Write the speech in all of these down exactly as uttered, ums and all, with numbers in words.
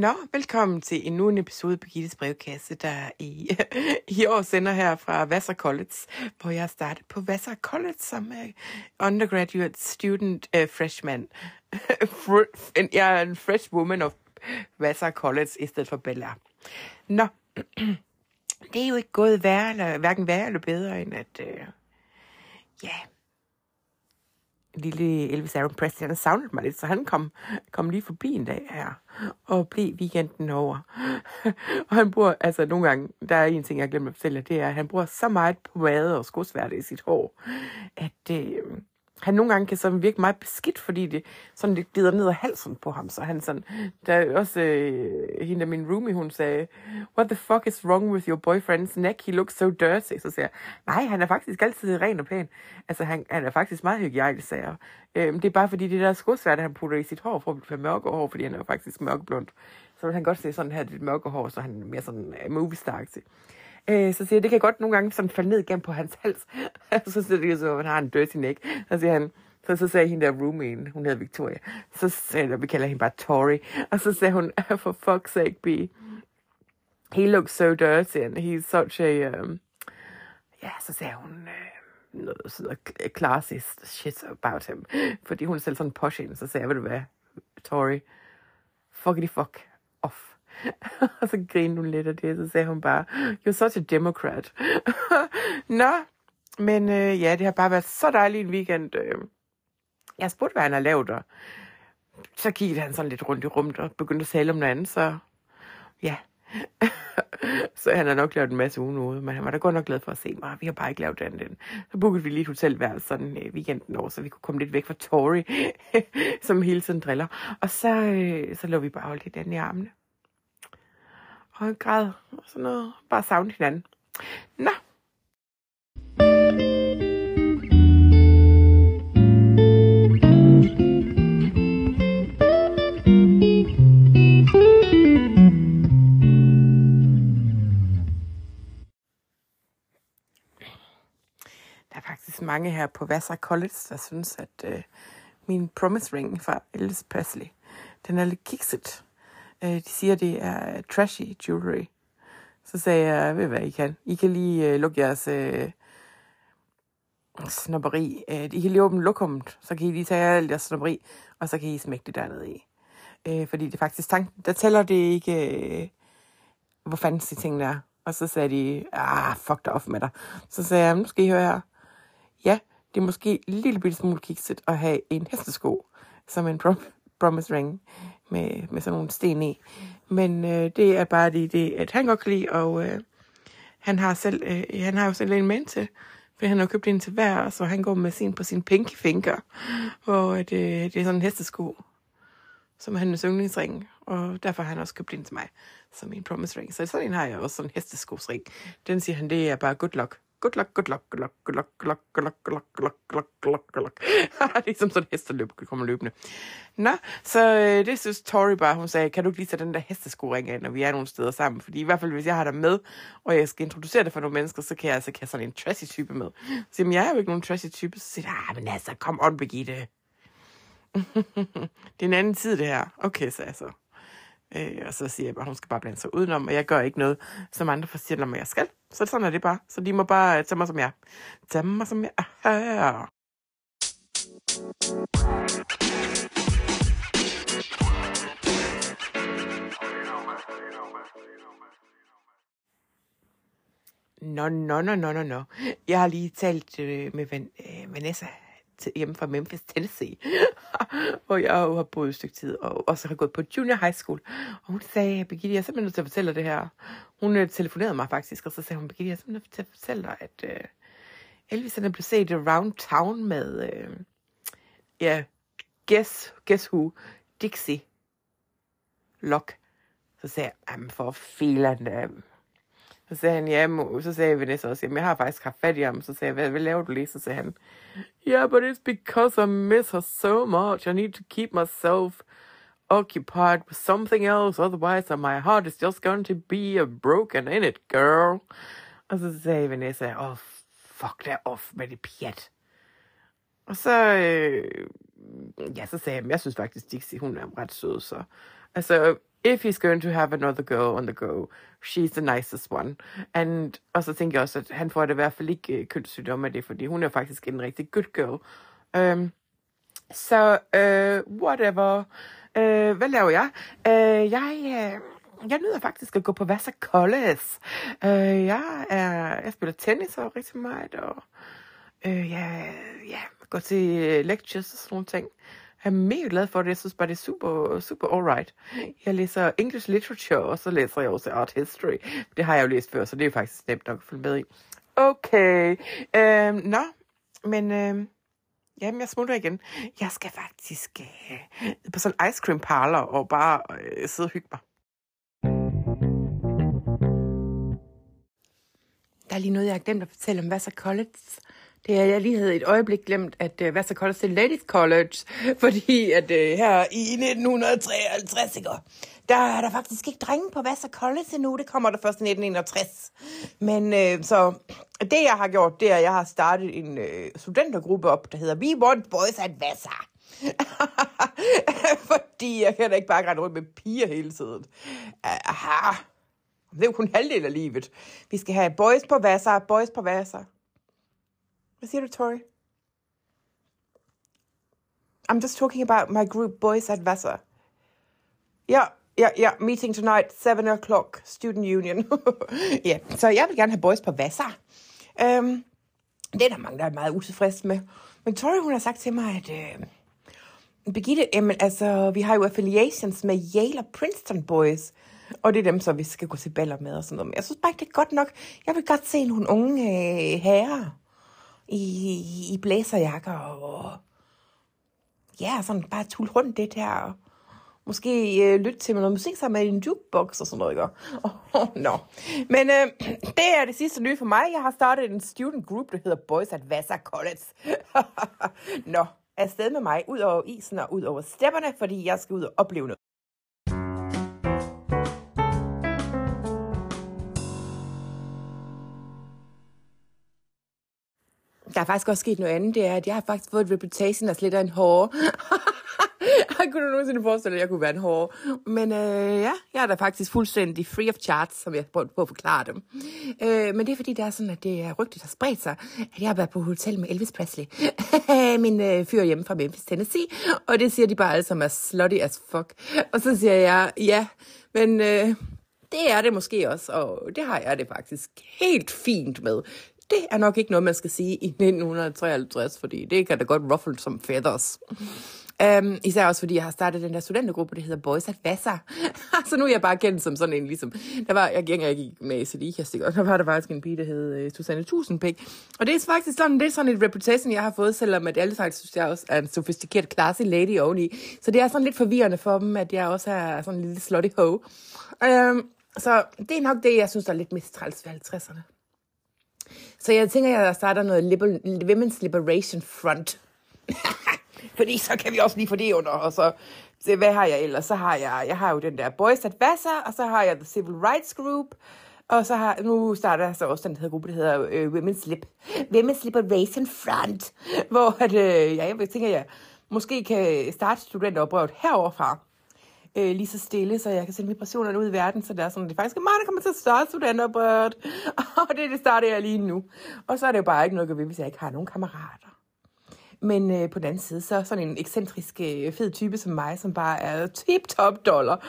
Nå, velkommen til endnu en episode på Gittes brevkasse, der i, i år sender her fra Vassar College, hvor jeg startede på Vassar College som uh, undergraduate student uh, freshman. Jeg er en fresh woman of Vassar College i stedet for Bella. Nå, det er jo ikke gået værre, eller, hverken værre eller bedre, end at, uh, ja... Yeah. Lille Elvis Aaron Presley, han savnede mig lidt, så han kom, kom lige forbi en dag her, og blev weekenden over. Og han bruger, altså nogle gange, der er en ting, jeg glemmer at fortælle, det er, at han bruger så meget pomade og skosværte i sit hår, at øh, han nogle gange kan sådan virke meget beskidt, fordi det sådan det glider ned ad halsen på ham, så han sådan, der er også øh, hende af min roomie, hun sagde, what the fuck is wrong with your boyfriend's neck? He looks so dirty. Så siger jeg, nej, han er faktisk altid ren og pæn. Altså, han, han er faktisk meget hygiejnisk, sagde jeg. Øh, det er bare fordi, det der skosværte, han putter i sit hår, for at blive mørke hår, fordi han er faktisk mørkeblond. Så vil han godt se sådan her, lidt mørke hår, så han er mere sådan uh, movie-star-agtig. Øh, så siger jeg, det kan godt nogle gange sådan falde ned igen på hans hals. Så siger det så, at han har en dirty neck. Så siger han, så, så sagde hende der roomien, hun hedder Victoria. Så sagde jeg, vi kalder hende bare Tori. Og så sagde hun, for fuck's sake, B. He looks so dirty, and he's such a... Um... Ja, så sagde hun uh, noget sådan classy shit about him. Fordi hun er selv sådan posh ind, så sagde jeg, ved du hvad, Tori, fuckity fuck off. Og så grinede hun lidt af det, så sagde hun bare, you're such a democrat. Nå, men øh, ja, det har bare været så dejlig en weekend. Øh. Jeg spurgte, hvad han har lavet, og så kiggede han sådan lidt rundt i rummet og begyndte at tale om noget andet, så ja. Så han har nok lavet en masse unåde, men han var da godt nok glad for at se mig. Vi har bare ikke lavet andet. Så bookede vi lige et hotelværelse sådan øh, weekenden over, så vi kunne komme lidt væk fra Tori, som hele tiden driller. Og så, øh, så lå vi bare holdt lidt i armene. Og en græd og sådan noget. Bare savne hinanden. Nå. Der er faktisk mange her på Vassar College, der synes, at øh, min promise ring fra Elvis Presley, den er lidt kikset. De siger, det er trashy jewelry. Så sagde jeg, ved hvad I kan. I kan lige uh, lukke jeres uh, snobberi. Uh, I kan lige åbne lokummet, så kan I lige tage alt jeres snobberi, og så kan I smække det dernede i. Uh, fordi det er faktisk tanken, der tæller det ikke, uh, hvor fancy tingene er. Og så sagde de, ah, fuck dig off med dig. Så sagde jeg, nu skal I høre her. Ja, det er måske en lille bitte smule kikset at have en hestesko, som en prom- promise ring. Med, med sådan nogle sten i. Men øh, det er bare det, det, at han godt kan lide, og øh, han, har selv, øh, han har jo selv en mand til, for han har købt en til hver, så han går med sin på sin pinky finger, og det, det er sådan en hestesko, som er hans yndlingsring, og derfor har han også købt en til mig, som en promise ring. Så sådan en har jeg også, sådan en hesteskosring. Den siger han, det er bare good luck. Good luck, good luck, good luck, good luck, good luck, good luck, good luck, good luck, good luck, good luck, good luck. Det er som sådan en hesteløb, der kommer løbende. Nå, så øh, det synes Tori bare, hun sagde, kan du ikke lige tage den der hestesko-ring af, når vi er nogle steder sammen? Fordi i hvert fald, hvis jeg har dig med, og jeg skal introducere det for nogle mennesker, så kan jeg altså have sådan en trashy type med. Så siger jeg, jeg er jo ikke nogen trashy type. Så siger jeg, ah, men altså, kom on, Birgitte. Det er en anden tid, det her. Okay, så altså. Øh, og så siger jeg bare, hun skal bare blande sig udenom, og jeg gør ikke noget, som andre forstiller mig, jeg skal. Så sådan er det bare. Så de må bare tage mig som jeg. Tage mig som jeg er. Nå, nå, nå, nå, nå, nå. Jeg har lige talt øh, med Van, øh, Vanessa hjemme fra Memphis, Tennessee, hvor jeg jo har boet et stykke tid, og også har gået på junior high school. Og hun sagde, Birgitte, jeg er simpelthen nødt til at fortælle dig det her. Hun øh, telefonerede mig faktisk, og så sagde hun, Birgitte, jeg er simpelthen nødt til at fortælle dig, at øh, Elvis er blevet set around town med, øh, ja, guess, guess who, Dixie Lock. Så sagde jeg, jamen for filan, øh. Så sagde han, ja, så sagde Vanessa også, jamen jeg har faktisk haft fat i ham. Så sagde jeg, hvad, hvad laver du lige? Så sagde han, yeah, but it's because I miss her so much. I need to keep myself occupied with something else. Otherwise, my heart is just going to be a broken in it, girl. Og så sagde Vanessa, oh, fuck that off med det pjat. Og så, øh, ja, så sagde jeg, jeg synes faktisk, Dixie, hun er ret sød, så. Altså, if he's going to have another girl on the go, she's the nicest one. And, og så tænker jeg også, at han får det i hvert fald ikke øh, kønssygdom af det, fordi hun er faktisk en rigtig good girl. Um, så, uh, whatever. Uh, hvad laver jeg? Uh, jeg... Uh, Jeg nyder faktisk at gå på Vassar College. Uh, jeg, er, jeg spiller tennis og rigtig meget, og uh, jeg ja, går til lectures og sådan nogle ting. Jeg er mega glad for det. Jeg synes bare, det er super, super alright. Jeg læser English Literature, og så læser jeg også Art History. Det har jeg jo læst før, så det er jo faktisk nemt nok at følge med i. Okay. Uh, nå, men... Uh, Jamen, jeg smutter igen. Jeg skal faktisk uh, på sådan en ice cream parlor og bare uh, sidde og hygge mig. Der er lige noget, jeg har glemt at fortælle om Vassar College. Det er, jeg lige havde et øjeblik glemt, at uh, Vassar College er Ladies College, fordi at uh, her i nitten treoghalvtreds, ikke, der er der faktisk ikke drenge på Vassar College endnu. Det kommer der først i nitten enogtres. Men uh, så det, jeg har gjort, det er, at jeg har startet en uh, studentergruppe op, der hedder We Want Boys at Vassar. Fordi jeg kan da ikke bare rende rundt med piger hele tiden. Aha. Det er jo kun halvdelen af livet. Vi skal have boys på Vassar, boys på Vassar. Hvad siger du, Tori? I'm just talking about my group, Boys at Vassar. Ja, ja, ja, meeting tonight, seven o'clock, student union. Ja, så jeg vil gerne have boys på Vassar. Um, det er der mange, der er meget utilfredse med. Men Tori, hun har sagt til mig, at... Uh, Birgitte, jamen, altså, vi har jo affiliations med Yale og Princeton Boys. Og det er dem, så vi skal gå til baller med og sådan noget. Men jeg synes bare ikke, det er godt nok. Jeg vil godt se nogle unge øh, herrer i, i blæserjakker og ja, sådan bare tulle rundt det her. Og måske øh, lytte til noget musik sammen med en jukebox og sådan noget, ikke? Oh, no. Men øh, det er det sidste nye for mig. Jeg har startet en student group, der hedder Boys at Vassar College. Nå, afsted med mig, ud over isen og ud over stepperne, fordi jeg skal ud og opleve noget. Der er faktisk også sket noget andet, det er, at jeg har faktisk fået et reputation af lidt af en hårde. Jeg kunne du nogensinde forestille, at jeg kunne være en hårde. Men øh, ja, jeg er da faktisk fuldstændig free of charge, som jeg prøver på at forklare dem. Øh, men det er fordi, det er sådan, at det er rygtet, der spredt sig, at jeg har været på hotel med Elvis Presley. Min øh, fyr hjemme fra Memphis, Tennessee. Og det siger de bare alle som er slutty as fuck. Og så siger jeg, ja, men øh, det er det måske også. Og det har jeg det faktisk helt fint med. Det er nok ikke noget, man skal sige i nitten treoghalvtreds, fordi det kan da godt ruffle som feathers. Um, især også, fordi jeg har startet den der studentergruppe, der hedder Boys at Vassar. Så nu er jeg bare kendt som sådan en, ligesom... Der var, jeg, jeg gik med A C D, og der var der faktisk en pige, der hed uh, Susanne Tusindpæk. Og det er faktisk sådan, det er sådan et reputation, jeg har fået, selvom at alle faktisk synes, jeg også er en sofistikeret, classy lady oveni. Så det er sådan lidt forvirrende for dem, at jeg også er sådan en lille slutty hoe. Um, så det er nok det, jeg synes, der er lidt mest træls ved halvtredserne. Så jeg tænker, at jeg starter noget liber- Women's Liberation Front. Fordi så kan vi også lige få det under. Og så, så hvad har jeg ellers? Så har jeg, jeg har jo den der Boys at Vassar, og så har jeg The Civil Rights Group. Og så har, nu starter jeg så også den her gruppe, der hedder øh, Women's, Lib- Women's Liberation Front. Hvor at, øh, ja, jeg tænker, jeg måske kan starte studenteroprøret heroverfra. Øh, lige så stille, så jeg kan sende vibrationerne ud i verden, så det er sådan, det er faktisk meget, der kommer til at starte studenteroprøret. Og det, det starter jeg lige nu. Og så er det jo bare ikke noget at gøre, hvis jeg ikke har nogen kammerater. Men øh, på den anden side, så er sådan en ekscentrisk, øh, fed type som mig, som bare er tip-top dollar.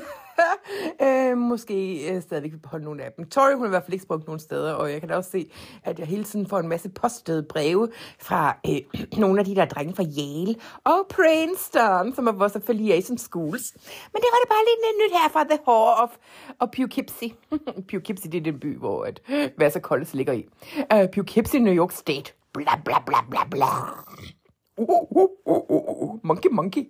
øh, måske øh, stadigvæk vil beholde nogle af dem. Tori, hun har i hvert fald ikke sprunget nogen steder, og jeg kan da også se, at jeg hele tiden får en masse postede breve fra øh, nogle af de der drenge fra Yale og Princeton, som er vores affiliation schools. Men det var det bare lidt nyt her fra The Hall of, of Poughkeepsie. Poughkeepsie, det er den by, hvor at Vassar College ligger i. Uh, Poughkeepsie, New York State. Bla bla bla bla bla. Uh, uh, uh, uh, uh. Monkey, monkey.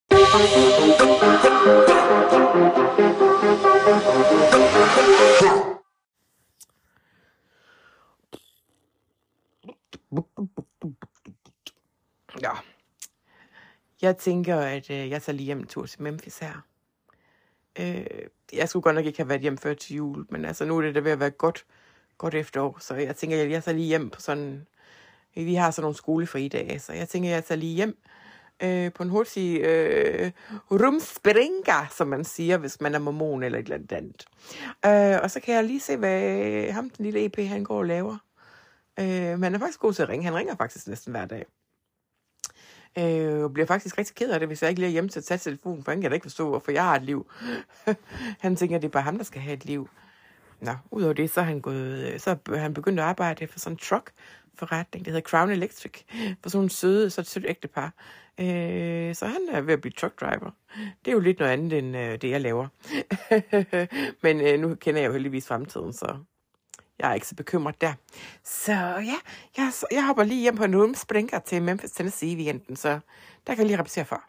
Ja. Jeg tænker, at øh, jeg tager lige hjem en tur til Memphis her. Øh, jeg skulle godt nok ikke have været hjem før til jul, men altså nu er det da ved at være godt, godt efterår, så jeg tænker, at jeg tager lige hjem på sådan... Vi har sådan nogle skolefri dage, så jeg tænker, at jeg tager lige hjem øh, på en hurtig øh, rumspringa, som man siger, hvis man er mormon eller et eller andet. Øh, og så kan jeg lige se, hvad ham, den lille E P, han går og laver. Øh, men han er faktisk god til at ringe. Han ringer faktisk næsten hver dag. Øh, og bliver faktisk rigtig ked af det, hvis jeg ikke lige er hjemme til at tage telefonen, for han kan da ikke forstå, hvorfor jeg har et liv. Han tænker, at det er bare ham, der skal have et liv. Nå, udover det, så er han, gået, så er han begyndt at arbejde for sådan en truck-forretning, det hedder Crown Electric, for sådan en søde, så et sødt ægtepar. Øh, så han er ved at blive truck driver. Det er jo lidt noget andet, end øh, det, jeg laver. Men øh, nu kender jeg jo heldigvis fremtiden, så jeg er ikke så bekymret der. Så ja, jeg, jeg hopper lige hjem på en rumspringa til Memphis, Tennessee i weekenden, så der kan jeg lige repetere for.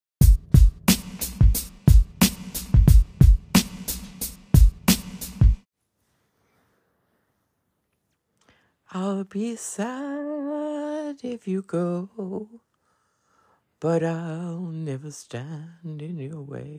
I'll be sad if you go, but I'll never stand in your way.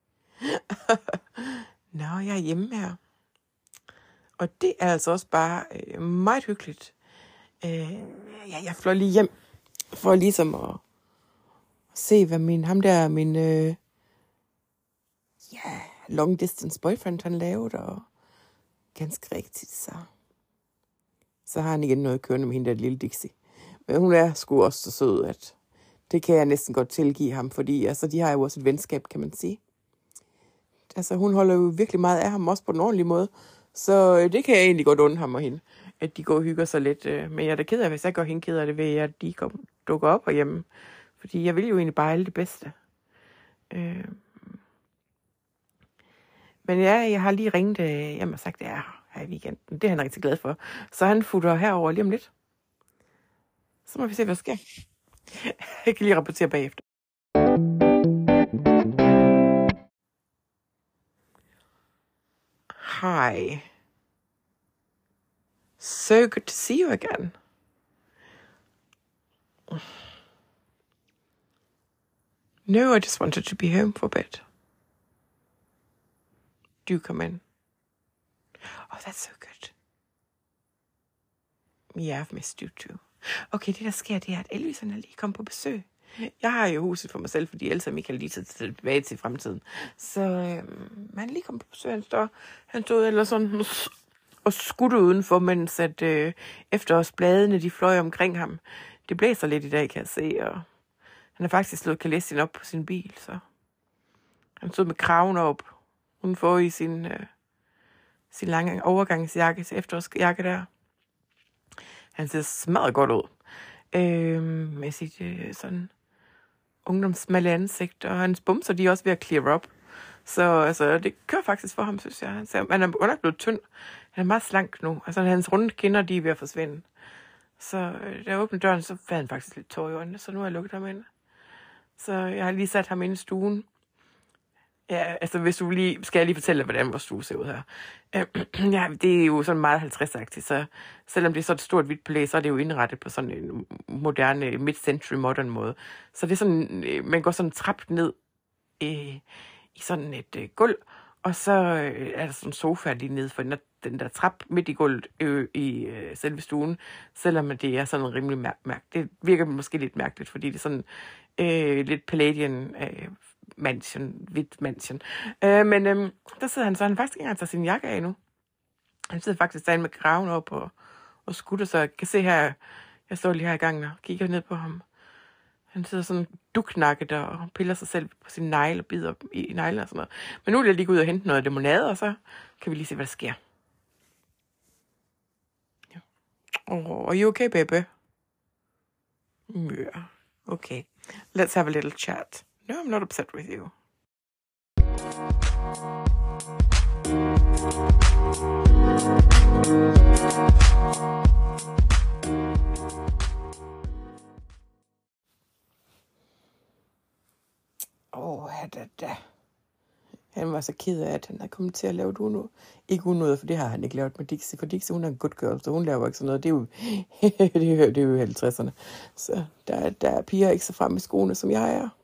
Nå, jeg er hjemme her. Og det er altså også bare øh, meget hyggeligt. Øh, ja, jeg fløj lige hjem for ligesom at se, hvad min, ham der, min øh, ja, long distance boyfriend, han lavede, og ganske rigtigt, så, så har han igen noget kørende med hende der lille Dixie. Men hun er sgu også så sød, at det kan jeg næsten godt tilgive ham, fordi altså, de har jo også et venskab, kan man sige. Altså, hun holder jo virkelig meget af ham, også på den ordentlige måde. Så øh, det kan jeg egentlig godt undre ham og hende, at de går og hygger sig lidt. Øh, men jeg er da ked af, hvis jeg går hende ked af det, ved at de kom, dukker op herhjemme. Fordi jeg vil jo egentlig bare alle det bedste. Øh. Men ja, jeg har lige ringet øh, hjem og sagt, at jeg er her i weekenden. Det er han rigtig glad for. Så han futter herover lige om lidt. Så må vi se, hvad der sker. Jeg kan lige rapportere bagefter. Hi. So good to see you again. No, I just wanted to be home for a bit. Do come in. Oh, that's so good. Yeah, I've missed you too. Okay, det der sker, det er, at Elvis er lige kommet på besøg. Jeg har jo huset for mig selv, fordi ellers er Michael lige taget tilbage til fremtiden. Så øhm, han er lige kommet på besøg. Han står, han stod eller sådan og skudte udenfor, mens at øh, efterårsbladene, de fløj omkring ham. Det blæser lidt i dag, kan jeg se, og han har faktisk slået kalessin op på sin bil, så han stod med kraven op udenfor i sin, øh, sin lange overgangsjakke til efterårsjakke der. Han ser smadret godt ud. Øh, med sit øh, sådan ungdomssmalle ansigt, og hans bumser, de er også ved at clear up. Så altså, det kører faktisk for ham, synes jeg. Han, ser, han er under blevet tynd. Han er meget slank nu. Altså, hans runde kinder, de er ved at forsvinde. Så øh, da jeg åbnede døren, så fandt han faktisk lidt tår i øjnene, så nu har jeg lukket ham ind. Så jeg har lige sat ham ind i stuen. Ja, altså hvis du lige, skal jeg lige fortælle dig, hvordan vores stue ser ud her. Ja, det er jo sådan meget halvtreds-agtigt, så selvom det er så et stort hvidt palæ, så er det jo indrettet på sådan en moderne, mid-century modern måde. Så det er sådan, man går sådan trappet ned i, i sådan et uh, gulv, og så uh, er der sådan en sofa lige nede for den der, den der trap midt i gulvet øh, i øh, selve stuen, selvom det er sådan rimelig mærkeligt. Det virker måske lidt mærkeligt, fordi det er sådan øh, lidt Palladian øh, mansion, hvidt mansion. Øh, men øh, der sidder han så, han faktisk ikke engang tager sin jakke af nu. Han sidder faktisk derinde med kraven op og, og skutter, så jeg kan se her, jeg står lige her i gangen og kigger ned på ham. Han sidder sådan duknakket og piller sig selv på sin negle og bider i negle og sådan noget. Men nu vil jeg lige gå ud og hente noget limonade, og så kan vi lige se, hvad der sker. Ja. Oh, are you okay, baby? Yeah, okay. Let's have a little chat. No, I'm not upset with you. Åh, oh, da, da. Han var så ked af, at han er kommet til at lave uno. Ikke uno, for det har han ikke lavet med Dixie. For Dixie, hun er en good girl, så hun laver ikke sådan noget. Det er jo, det er, det er jo halvtredserne. Så der, der er piger ikke så frem i skoene, som jeg er.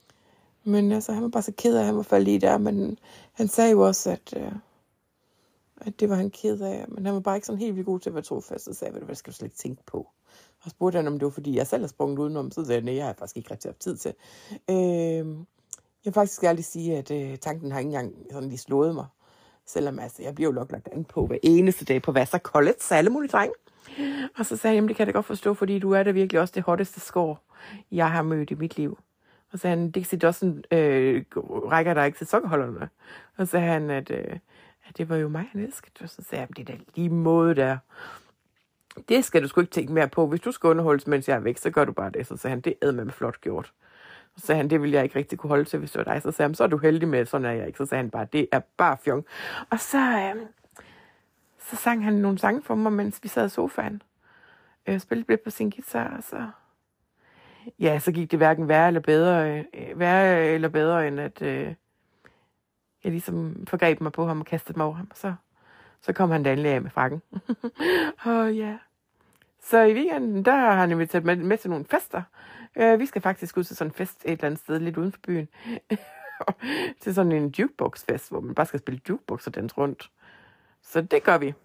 Men altså, han var bare så ked af, at han var faldet i der. Men han sagde jo også, at, uh, at det var han ked af, men han var bare ikke sådan helt vildt god til at være trofast, så sagde jeg, hvad skal du slet ikke tænke på? Og spurgte han, om det var, fordi jeg selv har sprunget udenom, så sagde jeg, nej, jeg har faktisk ikke rigtig haft tid til. Øh, jeg vil faktisk ærligt sige, at øh, tanken har ikke engang sådan lige slået mig, selvom altså, jeg bliver jo nok lagt an på hver eneste dag på Vassar College, så alle mulige drenge. Og så sagde han, jamen det kan jeg da godt forstå, fordi du er da virkelig også det hotteste skår, jeg har mødt i mit liv. Og så sagde han, Dixie Dawson øh, rækker dig ikke til sokkerholderne. Og så sagde han, at, øh, at det var jo mig, han elskede. Og så sagde han, det er da lige måde der. Det skal du sgu ikke tænke mere på. Hvis du skal underholdes, mens jeg er væk, så gør du bare det. Så sagde han, det er med flot gjort. Så sagde han, det ville jeg ikke rigtig kunne holde til, hvis det var dig. Så sagde han, så er du heldig med, sådan er jeg ikke. Så sagde han bare, det er bare fjong. Og så, øh, så sang han nogle sange for mig, mens vi sad i sofaen. Jeg spillede lidt på sin guitar, og så... Ja, så gik det hverken værre eller bedre, øh, værre eller bedre, end at øh, jeg ligesom forgreb mig på ham og kastede mig over ham. Så, så kom han da endelig af med frakken. Og ja. Så i weekenden, der har han inviteret med, med til nogle fester. Øh, vi skal faktisk ud til sådan en fest et eller andet sted, lidt uden for byen. Til sådan en jukebox-fest, hvor man bare skal spille jukebox og danse rundt. Så det gør vi.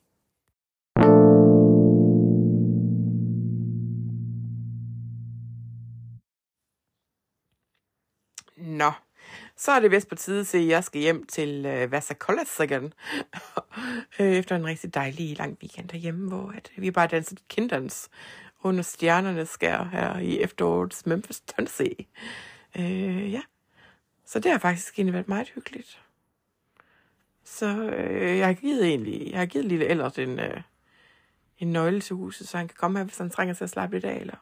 Nå, så er det vist på tide til, at jeg skal hjem til øh, Vassar College igen. Efter en rigtig dejlig lang weekend derhjemme, hvor at vi bare dansede kindans under stjernernes skær her i efterårets Memphis, Tennessee. Øh, ja, så det har faktisk egentlig været meget hyggeligt. Så øh, jeg har givet egentlig, jeg har givet lille Ellert en, øh, en nøgle til huset, så han kan komme her, hvis han trænger til at slappe lidt af, eller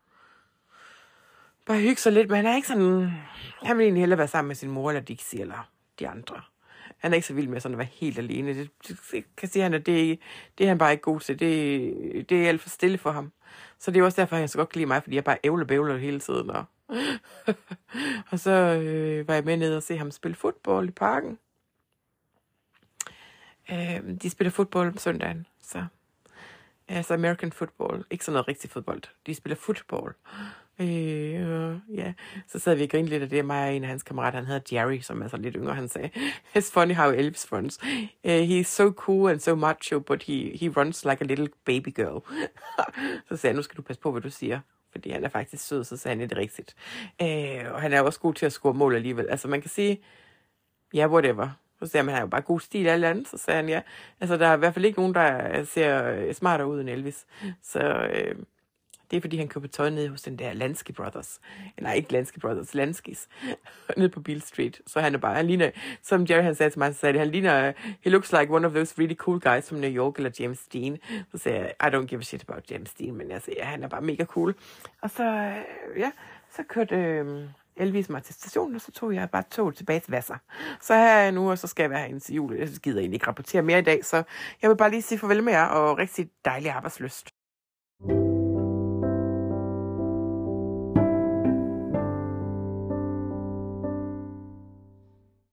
bare hygge sig lidt, men han er ikke sådan... Han vil egentlig hellere være sammen med sin mor, eller Dixie, eller de andre. Han er ikke så vild med sådan at være helt alene. Det, det kan sige han, at det, det er han bare ikke god til. Det, det er alt for stille for ham. Så det er også derfor, han så godt kan lide mig, fordi jeg bare ævler bævler hele tiden. Og, og så øh, var jeg med ned og se ham spille fodbold i parken. Øh, de spiller fodbold om søndagen, så... Altså American football. Ikke sådan noget rigtig fodbold. De spiller fodbold. Øh, ja, så sad vi og grinede lidt af det. Mig og en af hans kammerater, han hedder Jerry, som er så lidt yngre, han sagde, it's funny how Elvis runs. Uh, he's so cool and so macho, but he, he runs like a little baby girl. Så sagde jeg, nu skal du passe på, hvad du siger, fordi han er faktisk sød, så sagde han, det er rigtigt. Uh, og han er også god til at score mål alligevel. Altså man kan sige, ja, yeah, whatever. Så sagde han, han har jo bare god stil og alt andet. Så sagde han, ja, altså der er i hvert fald ikke nogen, der ser smartere ud end Elvis. Så... Øh, det er, fordi han køber tøj nede hos den der Lansky Brothers. Nej, ikke Lansky Brothers, Lanskys. Nede på Beale Street. Så han er bare, han ligner, som Jerry han sagde til mig, så sagde det, han ligner, he looks like one of those really cool guys from New York, eller James Dean. Så sagde jeg, I don't give a shit about James Dean, men jeg siger, han er bare mega cool. Og så, ja, så kørte øh, Elvis mig til stationen, og så tog jeg bare tog tilbage til Vassar. Så her er jeg nu, og så skal jeg være herinde til jul. Jeg gider egentlig ikke rapportere mere i dag, så jeg vil bare lige sige farvel med jer, og rigtig dejlig arbejdsløst.